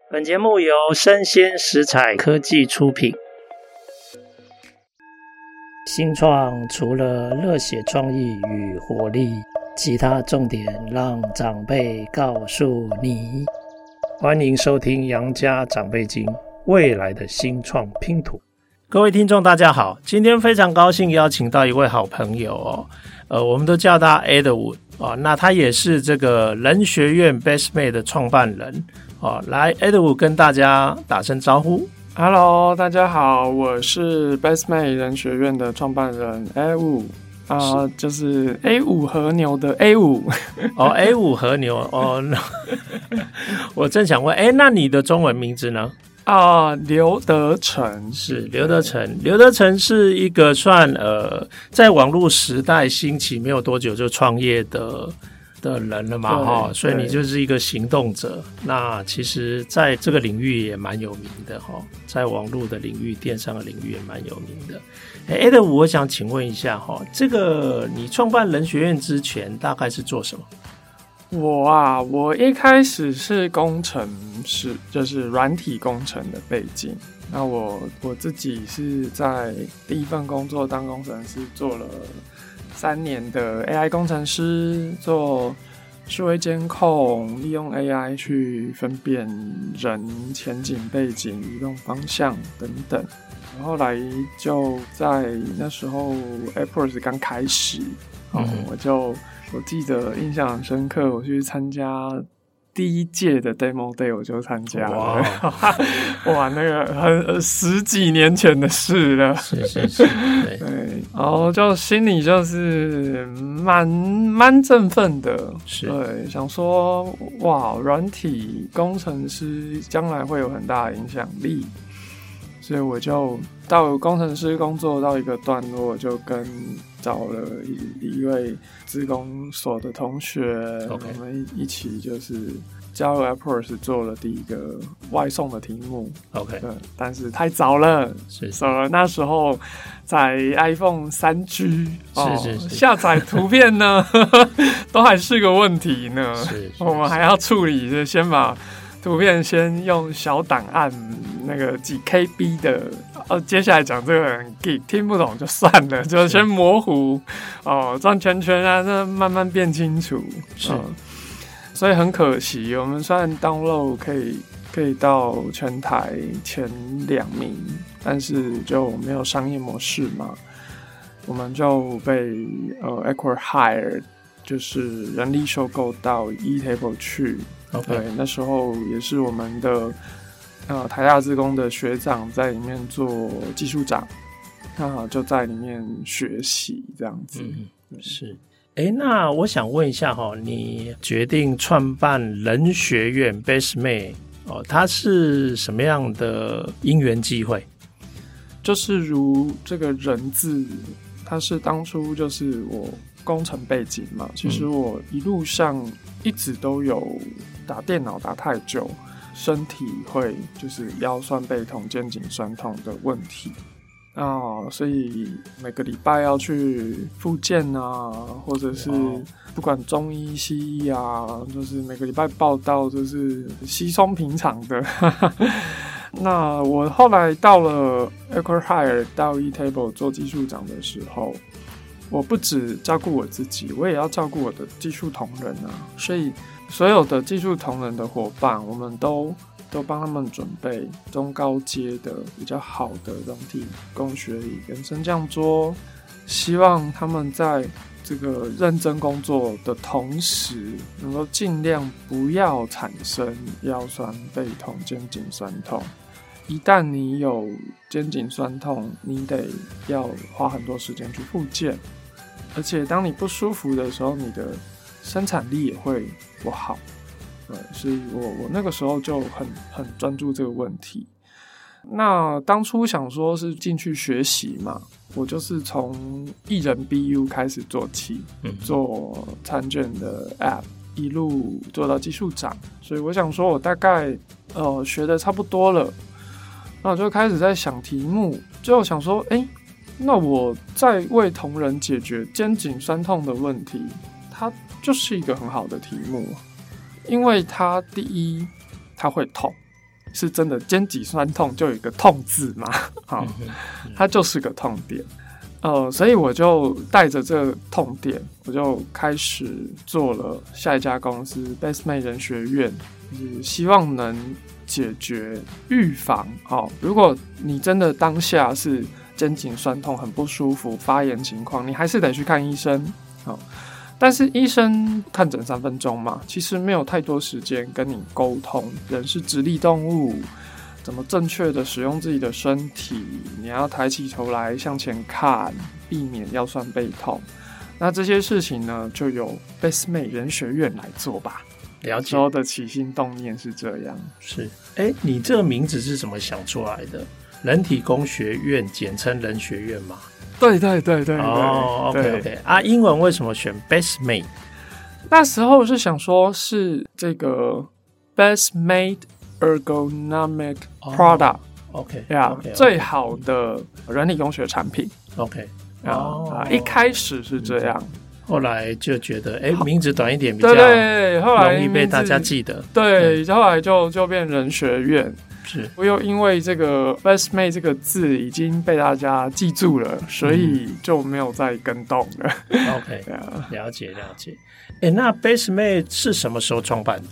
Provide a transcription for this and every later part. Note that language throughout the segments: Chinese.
本节目由生鲜食材科技出品。新创除了热血创意与活力，其他重点让长辈告诉你。欢迎收听杨家长辈经，未来的新创拼图。各位听众大家好，今天非常高兴邀请到一位好朋友我们都叫他 Edward 那他也是这个人学院 Bestmate 的创办人来 Edward 跟大家打声招呼。 Hello， 大家好，我是 Bestmate 人学院的创办人 Edward就是 A5 和牛的 A5 A5 和牛我正想问那你的中文名字呢？ 刘德成。 是刘德成。刘德成是一个算在网络时代兴起没有多久就创业的人了嘛所以你就是一个行动者。那其实在这个领域也蛮有名的在网络的领域、电商的领域也蛮有名的。Ed， 我想请问一下这个你创办人学院之前大概是做什么？ 我一开始是工程师，就是软体工程的背景。那我自己是在第一份工作当工程师，做了3年的 AI 工程师，做数位监控，利用 AI 去分辨人前景、背景、移动方向等等。后来就在那时候 AirPods 刚开始我记得印象很深刻，我去参加第一届的 Demo Day， 我就参加了。哇，那个10几年前的事了。 是对，然后就心里就是蛮振奋的。 是， 对，想说哇，软体工程师将来会有很大的影响力，所以我就到工程师工作到一个段落，就找了一位资工所的同学我们一起就是加入 AppWorks 做了第一个外送的题目。 OK， 但是太早了，那时候在 iPhone 3G， 是下载图片呢都还是个问题呢。我们还要处理，就先把图片先用小档案那个几 KB 的接下来讲这个很 geek， 听不懂就算了，就先模糊转圈圈那慢慢变清楚。所以很可惜，我们虽然 download 可以到全台前2名，但是就没有商业模式嘛，我们就被acquire， 就是人力收购到 eTable 去。对，那时候也是我们的台大资工的学长在里面做技术长，就在里面学习这样子。 是。那我想问一下你决定创办人学院 Bestmate 它是什么样的因缘际会？ 就是如这个人字，它是当初就是我工程背景嘛，其实我一路上一直都有打电脑打太久，身体会就是腰酸背痛、肩颈酸痛的问题所以每个礼拜要去复健或者是不管中医西医就是每个礼拜报到，就是稀松平常的那我后来到了 Acquire 到 eTable 做技术长的时候，我不只照顾我自己，我也要照顾我的技术同仁所以所有的技术同仁的伙伴，我们都帮他们准备中高阶的比较好的软体工学椅跟升降桌，希望他们在这个认真工作的同时，能够尽量不要产生腰酸背痛、肩颈酸痛。一旦你有肩颈酸痛，你得要花很多时间去复健，而且当你不舒服的时候，你的生产力也会不好。对，所以我那个时候就很专注这个问题。那当初想说是进去学习嘛，我就是从艺人 BU 开始做起，做餐券的 App， 一路做到技术长，所以我想说我大概学的差不多了，那我就开始在想题目，就想说那我在为同仁解决肩颈酸痛的问题，它就是一个很好的题目，因为它第一它会痛， 是真的肩颈酸痛就有一个痛字嘛，好，它就是个痛点。所以我就带着这个痛点，我就开始做了下一家公司 Bestmate 人学院，就是希望能解决预防。如果你真的当下是肩颈酸痛很不舒服发炎情况，你还是得去看医生。但是医生看诊3分钟嘛，其实没有太多时间跟你沟通，人是直立动物，怎么正确的使用自己的身体，你要抬起头来向前看，避免腰酸背痛。那这些事情呢，就由 Bestmate 人学院来做吧。 了解。 时候的起心动念是这样。 是，你这个名字是怎么想出来的？人体工学院，简称人学院嘛？ 对。 OK 啊，英文为什么选 Bestmate？ 那时候是想说是这个 Bestmate Ergonomic Product。OK， 最好的人体工学产品。OK， 一开始是这样。 后来就觉得，名字短一点比较容易被大家记得。 对，后来就变人学院。是，我又因为这个 Bestmate 这个字已经被大家记住了，所以就没有再更动了。 OK， 了解。那 Bestmate 是什么时候创办的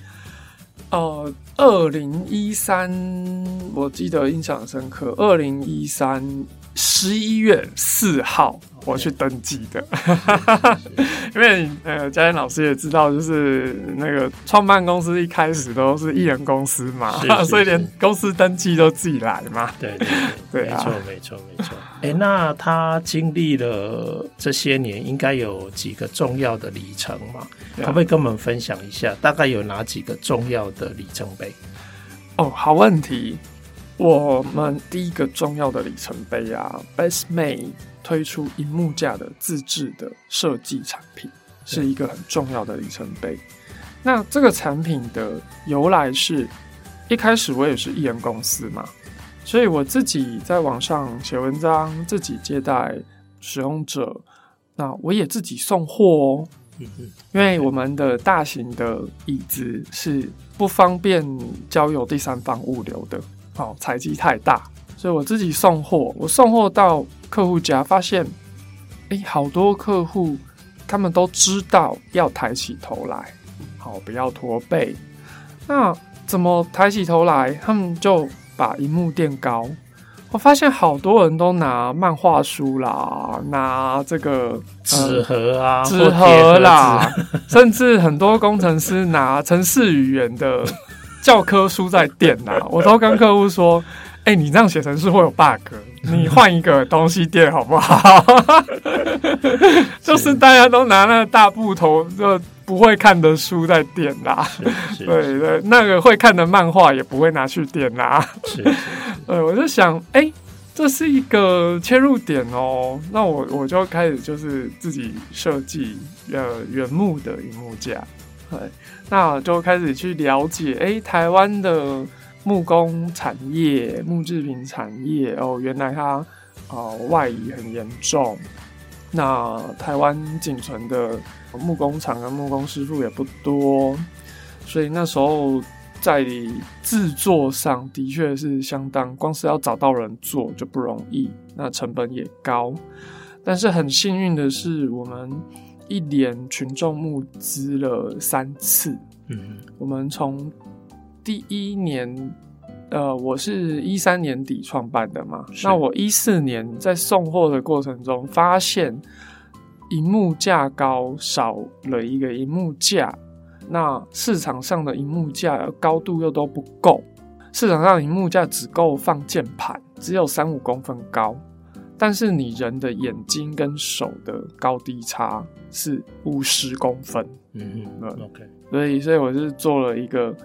？2013，我记得印象很深刻。2013 11月4号我去登记的。因为嘉燕老师也知道，就是那个创办公司一开始都是一人公司嘛，所以连公司登记都自己来嘛。 对，没错。那他经历了这些年，应该有几个重要的里程嘛？可不可以跟我们分享一下，大概有哪几个重要的里程碑？ 好问题。我们第一个重要的里程碑Bestmate 推出萤幕架的自制的设计产品，是一个很重要的里程碑。那这个产品的由来是，一开始我也是一人公司嘛，所以我自己在网上写文章，自己接待使用者，那我也自己送货因为我们的大型的椅子是不方便交由第三方物流的，采集太大，所以我自己送货。我送货到客户家，发现好多客户他们都知道要抬起头来，不要驼背。那怎么抬起头来？他们就把萤幕垫高。我发现好多人都拿漫画书啦，拿这个纸盒啦，甚至很多工程师拿程式语言的教科书在垫啦。我都跟客户说，你这样写程式会有 bug， 你换一个东西垫好不好？就是大家都拿那个大布头就不会看的书在垫啦，对，那个会看的漫画也不会拿去垫啦。我就想，这是一个切入点哦。那我就开始就是自己设计原木的萤幕架，那我就开始去了解，台湾的木工产业、木制品产业原来它外移很严重。那台湾仅存的木工厂跟木工师傅也不多，所以那时候在制作上的确是相当，光是要找到人做就不容易，那成本也高。但是很幸运的是，我们一连群众募资了3次。我们从第一年我是13年底创办的嘛，那我14年在送货的过程中发现萤幕架高少了一个萤幕架，那市场上的萤幕架高度又都不够，市场上的萤幕架只够放键盘，只有3-5公分高，但是你人的眼睛跟手的高低差是50公分。OK， 所以我是做了一个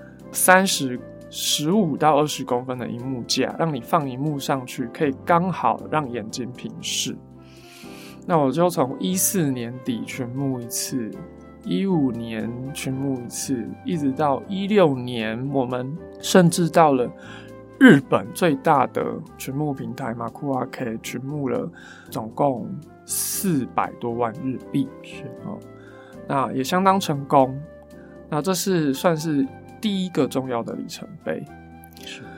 15到20公分的萤幕架，让你放萤幕上去可以刚好让眼睛平视。那我就从14年底群募一次，15年群募一次，一直到16年，我们甚至到了日本最大的群募平台马库阿 K 群募了总共400多万日币，那也相当成功。那这是算是第一个重要的里程碑。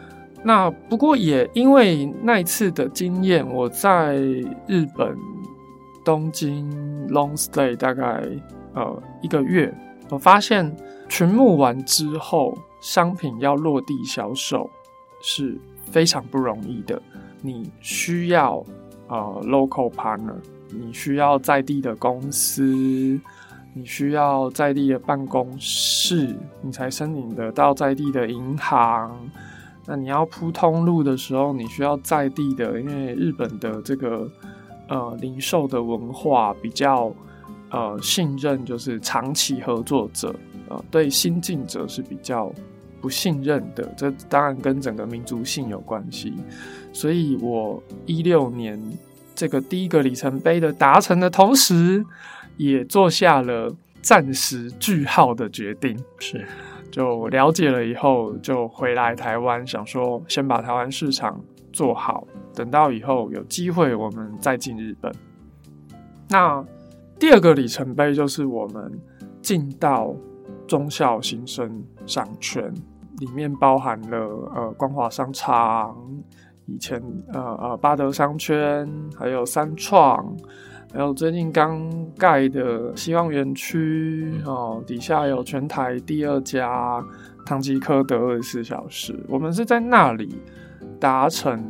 那不过也因为那一次的经验，我在日本东京 long stay 大概1个月，我发现群募完之后，商品要落地销售是非常不容易的。你需要local partner， 你需要在地的公司，你需要在地的办公室，你才申请得到在地的银行。那你要铺通路的时候，你需要在地的，因为日本的这个零售的文化比较信任，就是长期合作者，对新进者是比较不信任的。这当然跟整个民族性有关系。所以我16年这个第一个里程碑的达成的同时，也做下了暂时句号的决定。 是。 就了解了以后，就回来台湾，想说先把台湾市场做好，等到以后有机会我们再进日本。那第二个里程碑就是我们进到中小新生商圈，里面包含了光华商场，以前八德商圈，还有三创，还有最近刚盖的希望园区，底下有全台第2家唐吉诃德24小时。我们是在那里达成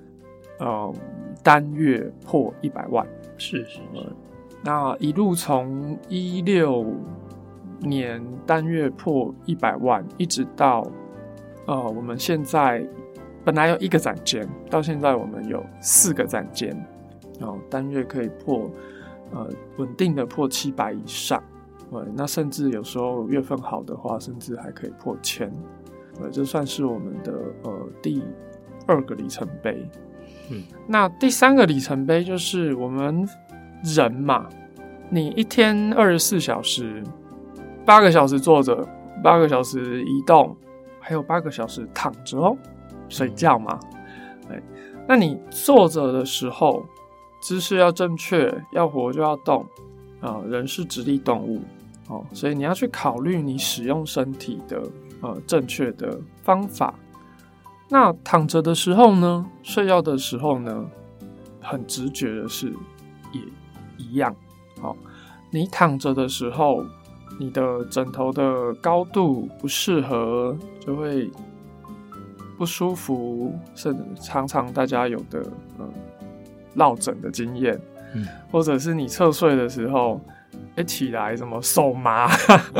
单月破100万。 是。 那一路从16年单月破100万，一直到我们现在本来有1个展间，到现在我们有4个展间。单月可以破稳定的破700以上，那甚至有时候月份好的话，甚至还可以破1000。这算是我们的第2个里程碑。那第3个里程碑就是我们人嘛，你一天24小时，8个小时坐着，8个小时移动，还有8个小时躺着睡觉嘛。那你坐着的时候，姿势要正确，要活就要动，人是直立动物，所以你要去考虑你使用身体的正确的方法。那躺着的时候呢，睡觉的时候呢，很直觉的是也一样。你躺着的时候，你的枕头的高度不适合，就会不舒服，甚至常常大家有的落枕的经验，或者是你侧睡的时候，起来怎么手麻？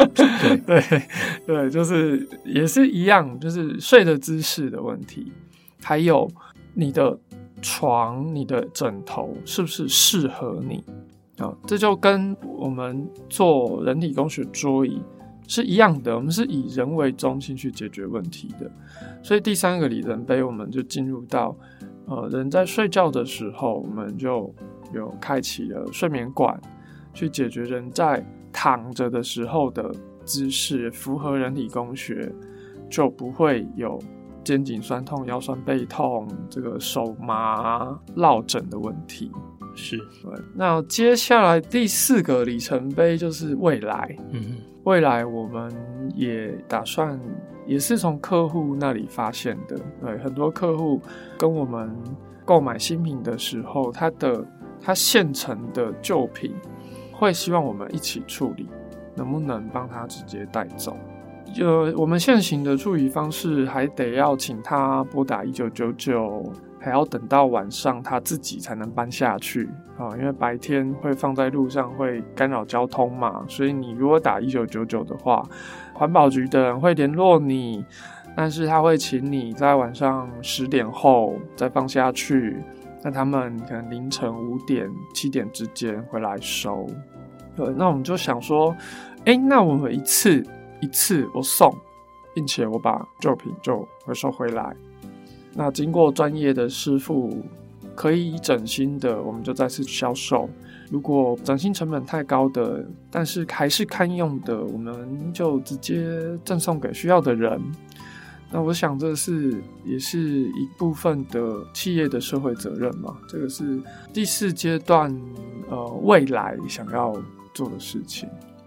对，就是也是一样，就是睡的姿势的问题，还有你的床、你的枕头是不是适合你这就跟我们做人体工学桌椅是一样的，我们是以人为中心去解决问题的。所以第3个里程碑，我们就进入到人在睡觉的时候，我们就有开启了睡眠馆，去解决人在躺着的时候的姿势，符合人体工学，就不会有肩颈酸痛、腰酸背痛、这个手麻、落枕的问题。 是。 那接下来第4个里程碑就是未来。未来我们也打算，也是从客户那里发现的。很多客户跟我们购买新品的时候，他现成的旧品会希望我们一起处理，能不能帮他直接带走？我们现行的处理方式还得要请他拨打1999，还要等到晚上他自己才能搬下去因为白天会放在路上会干扰交通嘛，所以你如果打1999的话，环保局的人会联络你，但是他会请你在晚上10点后再放下去，那他们可能凌晨5点、7点之间会来收。那我们就想说，那我们一次我送，并且我把旧品就回收回来。那经过专业的师傅可以整新的，我们就再次销售。如果整新成本太高的，但是还是堪用的，我们就直接赠送给需要的人。那我想这也是一部分的企业的社会责任嘛，这个是第4阶段未来想要做的事情。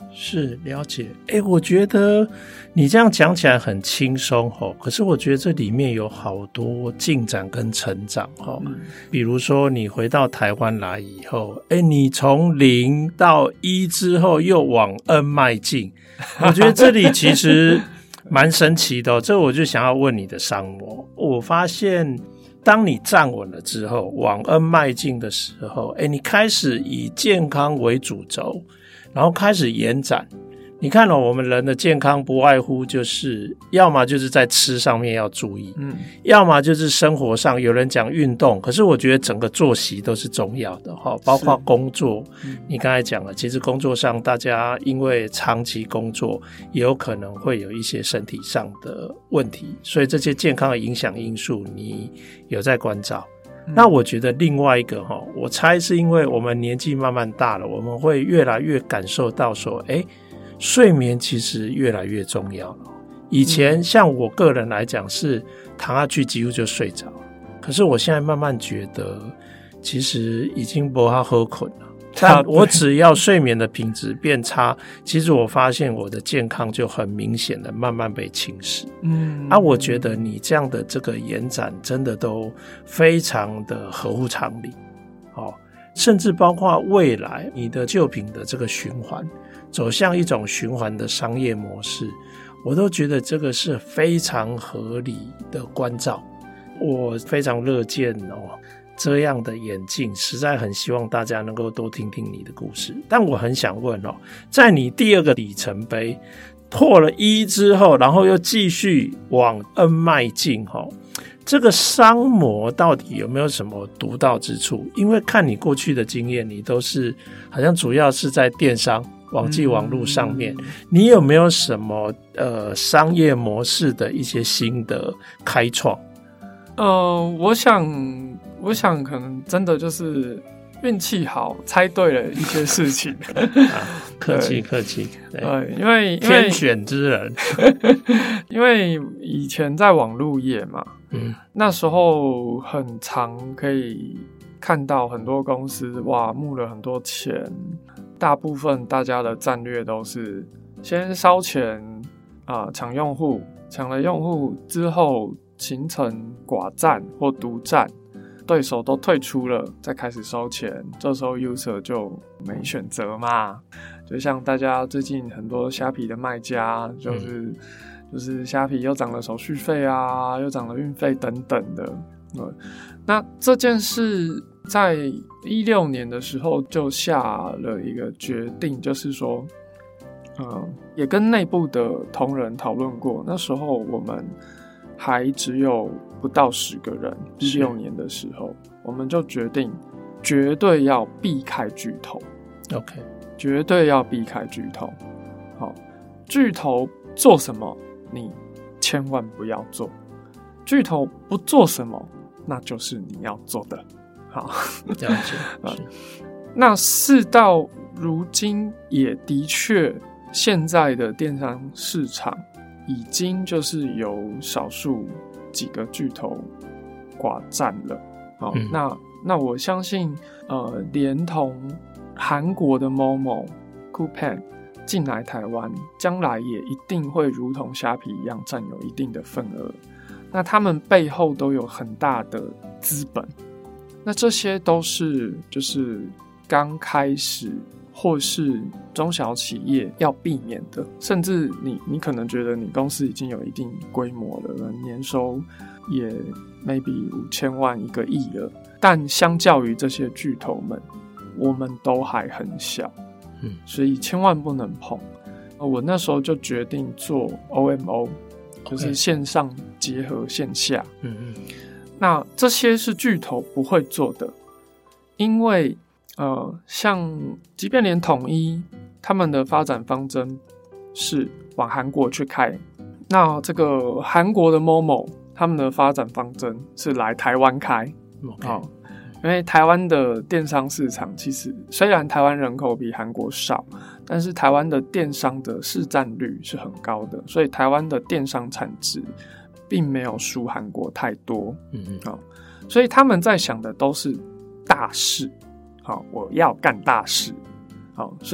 是了解。我觉得你这样讲起来很轻松可是我觉得这里面有好多进展跟成长比如说你回到台湾来以后你从0到1之后又往 N 迈进，我觉得这里其实蛮神奇的这我就想要问你的商模。我发现当你站稳了之后往 N 迈进的时候你开始以健康为主轴，然后开始延展。你看我们人的健康不外乎就是要么就是在吃上面要注意要么就是生活上有人讲运动，可是我觉得整个作息都是重要的包括工作你刚才讲了，其实工作上大家因为长期工作也有可能会有一些身体上的问题，所以这些健康的影响因素你有在关照那我觉得另外一个我猜是因为我们年纪慢慢大了，我们会越来越感受到说睡眠其实越来越重要了。以前像我个人来讲是躺下去几乎就睡着，可是我现在慢慢觉得其实已经不好好困了，但我只要睡眠的品质变差其实我发现我的健康就很明显的慢慢被侵蚀我觉得你这样的这个延展真的都非常的合乎常理甚至包括未来你的旧品的这个循环走向一种循环的商业模式，我都觉得这个是非常合理的关照。我非常乐见这样的演进，实在很希望大家能够多听听你的故事。但我很想问在你第二个里程碑破了1之后，然后又继续往 N 迈进这个商模到底有没有什么独到之处？因为看你过去的经验，你都是好像主要是在电商网际网络上面你有没有什么商业模式的一些新的开创？ 我想可能真的就是运气好，猜对了一些事情客气客气因为天选之人因为以前在网络业嘛那时候很常可以看到很多公司募了很多钱，大部分大家的战略都是先烧钱抢用户，抢了用户之后形成寡占或独占，对手都退出了再开始收钱，这时候 user 就没选择嘛。就像大家最近很多虾皮的卖家就是虾皮又涨了手续费又涨了运费等等的那这件事在16年的时候就下了一个决定，就是说也跟内部的同仁讨论过，那时候我们还只有不到10个人，16年的时候我们就决定绝对要避开巨头 OK 绝对要避开巨头巨头做什么你千万不要做，巨头不做什么那就是你要做的好了解那事到如今也的确现在的电商市场已经就是有少数几个巨头寡占了那我相信连同韩国的 Momo、Coupang 进来台湾，将来也一定会如同虾皮一样占有一定的份额，那他们背后都有很大的资本，那这些都是就是刚开始或是中小企业要避免的，甚至你可能觉得你公司已经有一定规模了，年收也 maybe5000万1个亿了，但相较于这些巨头们，我们都还很小所以千万不能碰我那时候就决定做 OMO 就是线上结合线下那这些是巨头不会做的，因为像即便连统一他们的发展方针是往韩国去开，那这个韩国的 Momo 他们的发展方针是来台湾开因为台湾的电商市场其实虽然台湾人口比韩国少，但是台湾的电商的市占率是很高的，所以台湾的电商产值并没有输韩国太多所以他们在想的都是大事我要干大事所以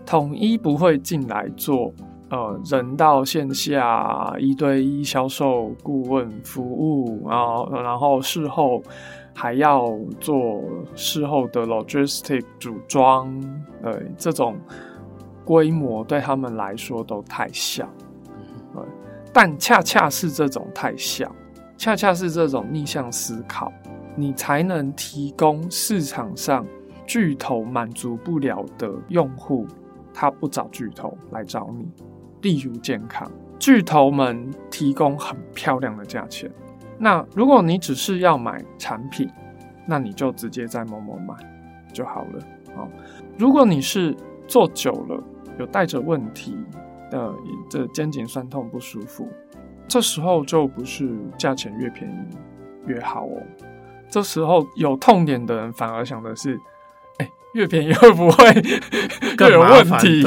统一不会进来做人到线下1对1销售顾问服务然后事后还要做事后的 logistic 组装，这种规模对他们来说都太小，但恰恰是这种太小，恰恰是这种逆向思考，你才能提供市场上巨头满足不了的用户，他不找巨头来找你。例如健康，巨头们提供很漂亮的价钱，那如果你只是要买产品，那你就直接在某某买就好了。如果你是做久了有带着问题的，这肩颈酸痛不舒服，这时候就不是价钱越便宜越好哦。这时候有痛点的人反而想的是，越便宜会不会更有问题？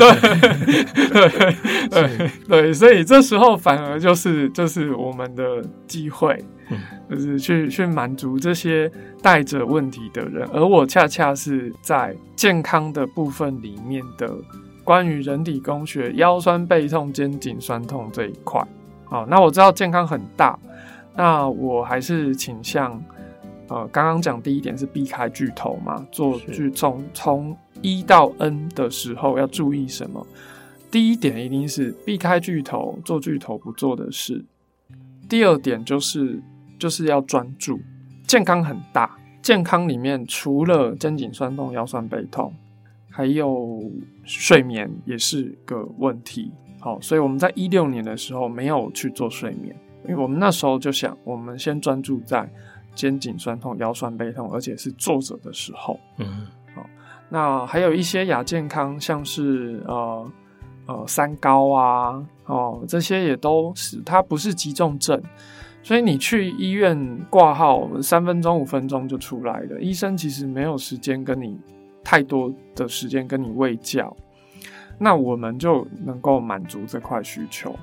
对，所以这时候反而就是我们的机会，就是去满足这些带着问题的人。而我恰恰是在健康的部分里面的关于人体工学、腰酸背痛、肩颈酸痛这一块。好，那我知道健康很大，那我还是倾向。刚刚讲第一点是避开巨头嘛，做从1到 N 的时候要注意什么？第一点一定是避开巨头，做巨头不做的事。第二点就是要专注。健康很大，健康里面除了肩颈酸痛、腰酸背痛，还有睡眠也是个问题。好，所以我们在16年的时候没有去做睡眠，因为我们那时候就想，我们先专注在肩颈酸痛、腰酸背痛，而且是坐着的时候。那还有一些亚健康，像是三高啊，这些也都是，它不是急重症，所以你去医院挂号3分钟5分钟就出来了，医生其实没有时间跟你太多的时间跟你卫教，那我们就能够满足这块需求。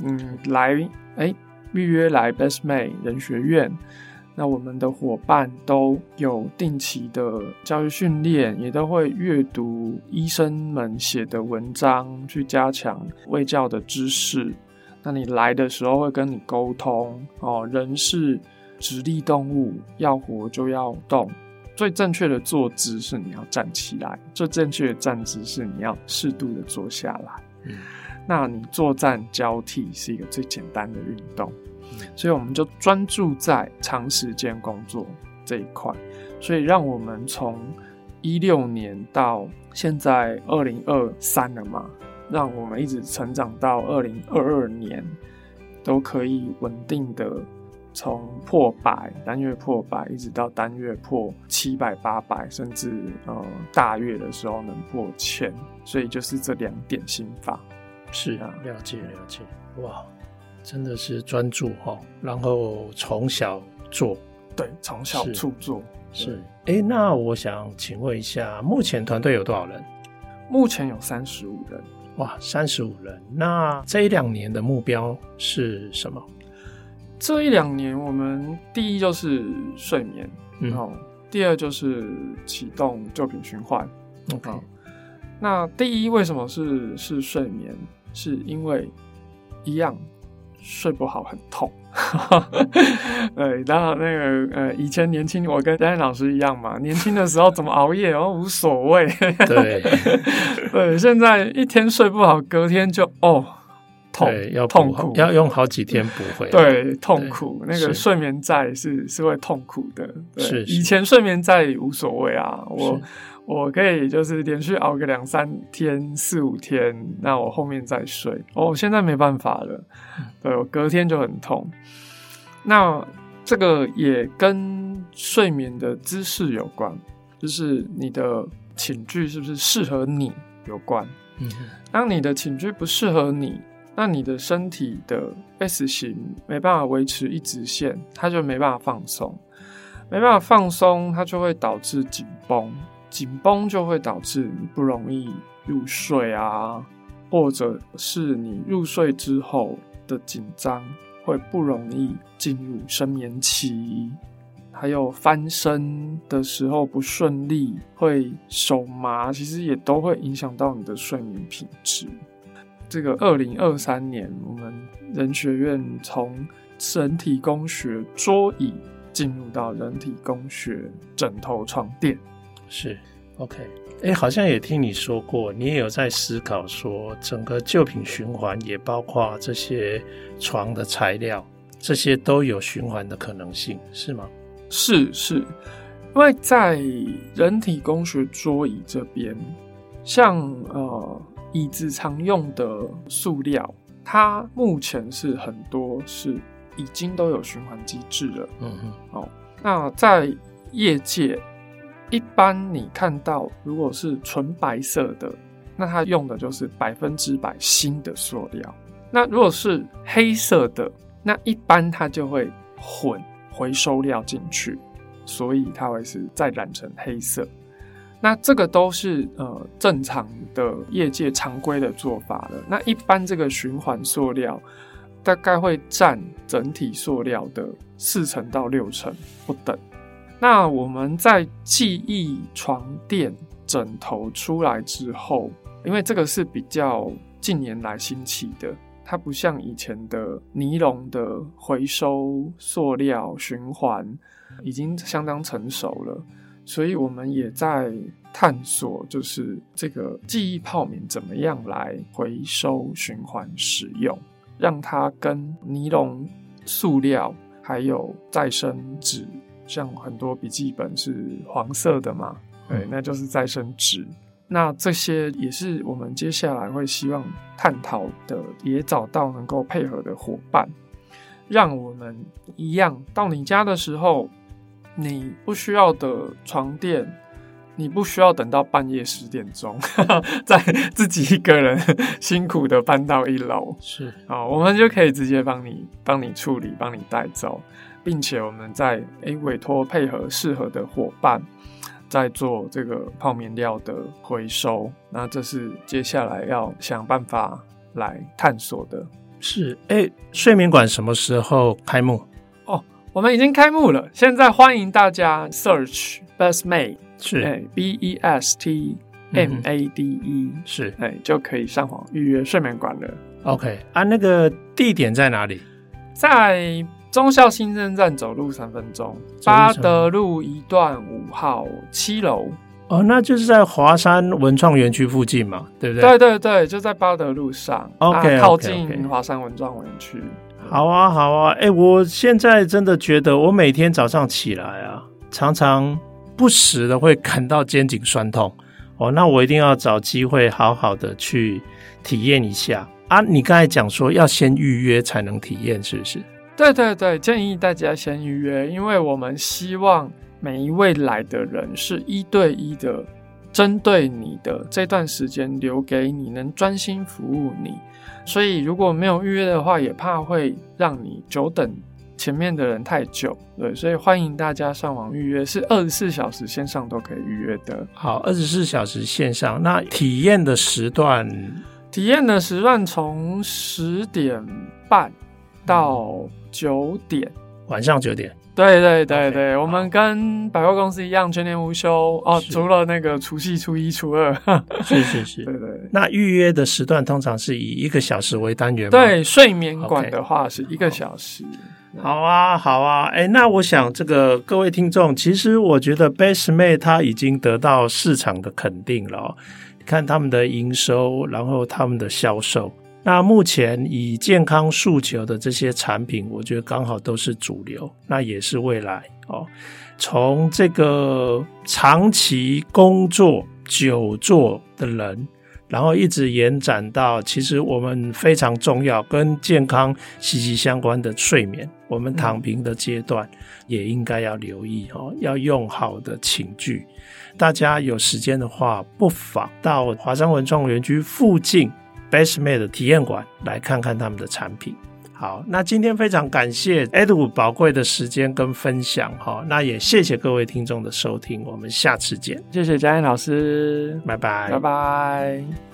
预约来 Bestmed 人学院。那我们的伙伴都有定期的教育训练，也都会阅读医生们写的文章，去加强卫教的知识。那你来的时候会跟你沟通人是直立动物，要活就要动。最正确的坐姿是你要站起来，最正确的站姿是你要适度的坐下来。那你坐站交替是一个最简单的运动。所以我们就专注在长时间工作这一块，所以让我们从16年到现在2023了嘛，让我们一直成长到2022年，都可以稳定的从破百，单月破百，一直到单月破700、800，甚至大月的时候能破1000，所以就是这2点心法。 是啊，了解，哇。真的是专注然后从小做， 对，从小处做是。那我想请问一下，目前团队有多少人？ 目前有35人。 哇，35人。那这1-2年的目标是什么？ 这1-2年我们第一就是睡眠，第二就是启动旧品循环。那第一为什么是睡眠？是因为一样睡不好很痛。然后以前年轻，我跟丹老师一样嘛，年轻的时候怎么熬夜无所谓。对，现在一天睡不好，隔天就痛苦， 要用好几天补回来。 对，痛苦，那个睡眠债是会痛苦的。对，以前睡眠债无所谓啊，我可以就是连续熬个2-3天、4-5天，那我后面再睡。现在没办法了，对，我隔天就很痛。那这个也跟睡眠的姿势有关，就是你的寝具是不是适合你有关。当你的寝具不适合你，那你的身体的 S 型没办法维持一直线，它就没办法放松，没办法放松，它就会导致紧绷，紧绷就会导致你不容易入睡啊，或者是你入睡之后的紧张会不容易进入深眠期， 还有翻身的时候不顺利，会手麻，其实也都会影响到你的睡眠品质。这个2023年，我们人学院从人体工学桌椅进入到人体工学枕头床垫。 是 OK。好像也听你说过，你也有在思考说整个旧品循环也包括这些床的材料，这些都有循环的可能性，是吗？ 是，因为在人体工学桌椅这边，像椅子常用的塑料，它目前是很多是已经都有循环机制了。那在业界一般你看到如果是纯白色的，那它用的就是100%新的塑料。那如果是黑色的，那一般它就会混回收料进去，所以它会是再染成黑色。那这个都是正常的业界常规的做法了。那一般这个循环塑料大概会占整体塑料的4%到6%不等。那我们在记忆床垫枕头出来之后，因为这个是比较近年来兴起的，它不像以前的尼龙的回收塑料循环已经相当成熟了，所以我们也在探索就是这个记忆泡棉怎么样来回收循环使用，让它跟尼龙塑料还有再生纸，像很多笔记本是黄色的嘛，对，那就是再生纸。那这些也是我们接下来会希望探讨的，也找到能够配合的伙伴，让我们一样到你家的时候，你不需要的床垫，你不需要等到半夜10点钟再自己一个人辛苦的搬到1楼， 是我们就可以直接帮你处理，帮你带走，并且我们再委托配合适合的伙伴在做这个泡棉料的回收。那这是接下来要想办法来探索的。 是，睡眠馆什么时候开幕？ 我们已经开幕了，现在欢迎大家 search Bestmade， 是 BESTMADE， 是， 就可以上网预约睡眠馆了。 OK， 那个地点在哪里？ 在忠孝新生站走路3分钟，八德路1段5号7楼。 那就是在华山文创园区附近嘛，对不对？ 对，就在八德路上， OK， 靠近华山文创园区。 好啊，我现在真的觉得我每天早上起来啊，常常不时的会感到肩颈酸痛那我一定要找机会好好的去体验一下你刚才讲说要先预约才能体验，是不是？ 对，建议大家先预约，因为我们希望每一位来的人是1对1的，针对你的这段时间留给你，能专心服务你。所以如果没有预约的话，也怕会让你久等前面的人太久，对，所以欢迎大家上网预约，是24小时线上都可以预约的。 好，24小时线上。那体验的时段从10点半到9点， 晚上9点。 对， okay， 我们跟百货公司一样全年无休除了那个除夕、初一、初二。 是，对。那预约的时段通常是以1个小时为单元吗？ 对，睡眠馆的话是1个小时。 好啊，那我想这个各位听众，其实我觉得 Bestmade 它已经得到市场的肯定了看他们的营收，然后他们的销售。那目前以健康诉求的这些产品，我觉得刚好都是主流，那也是未来从这个长期工作久坐的人，然后一直延展到其实我们非常重要跟健康息息相关的睡眠，我们躺平的阶段也应该要留意要用好的寝具。大家有时间的话，不妨到华山文创园区附近Bestmade 的体验馆来看看他们的产品。好，那今天非常感谢 Edward 宝贵的时间跟分享那也谢谢各位听众的收听，我们下次见。 谢谢嘉燕老师， 拜拜。 拜拜。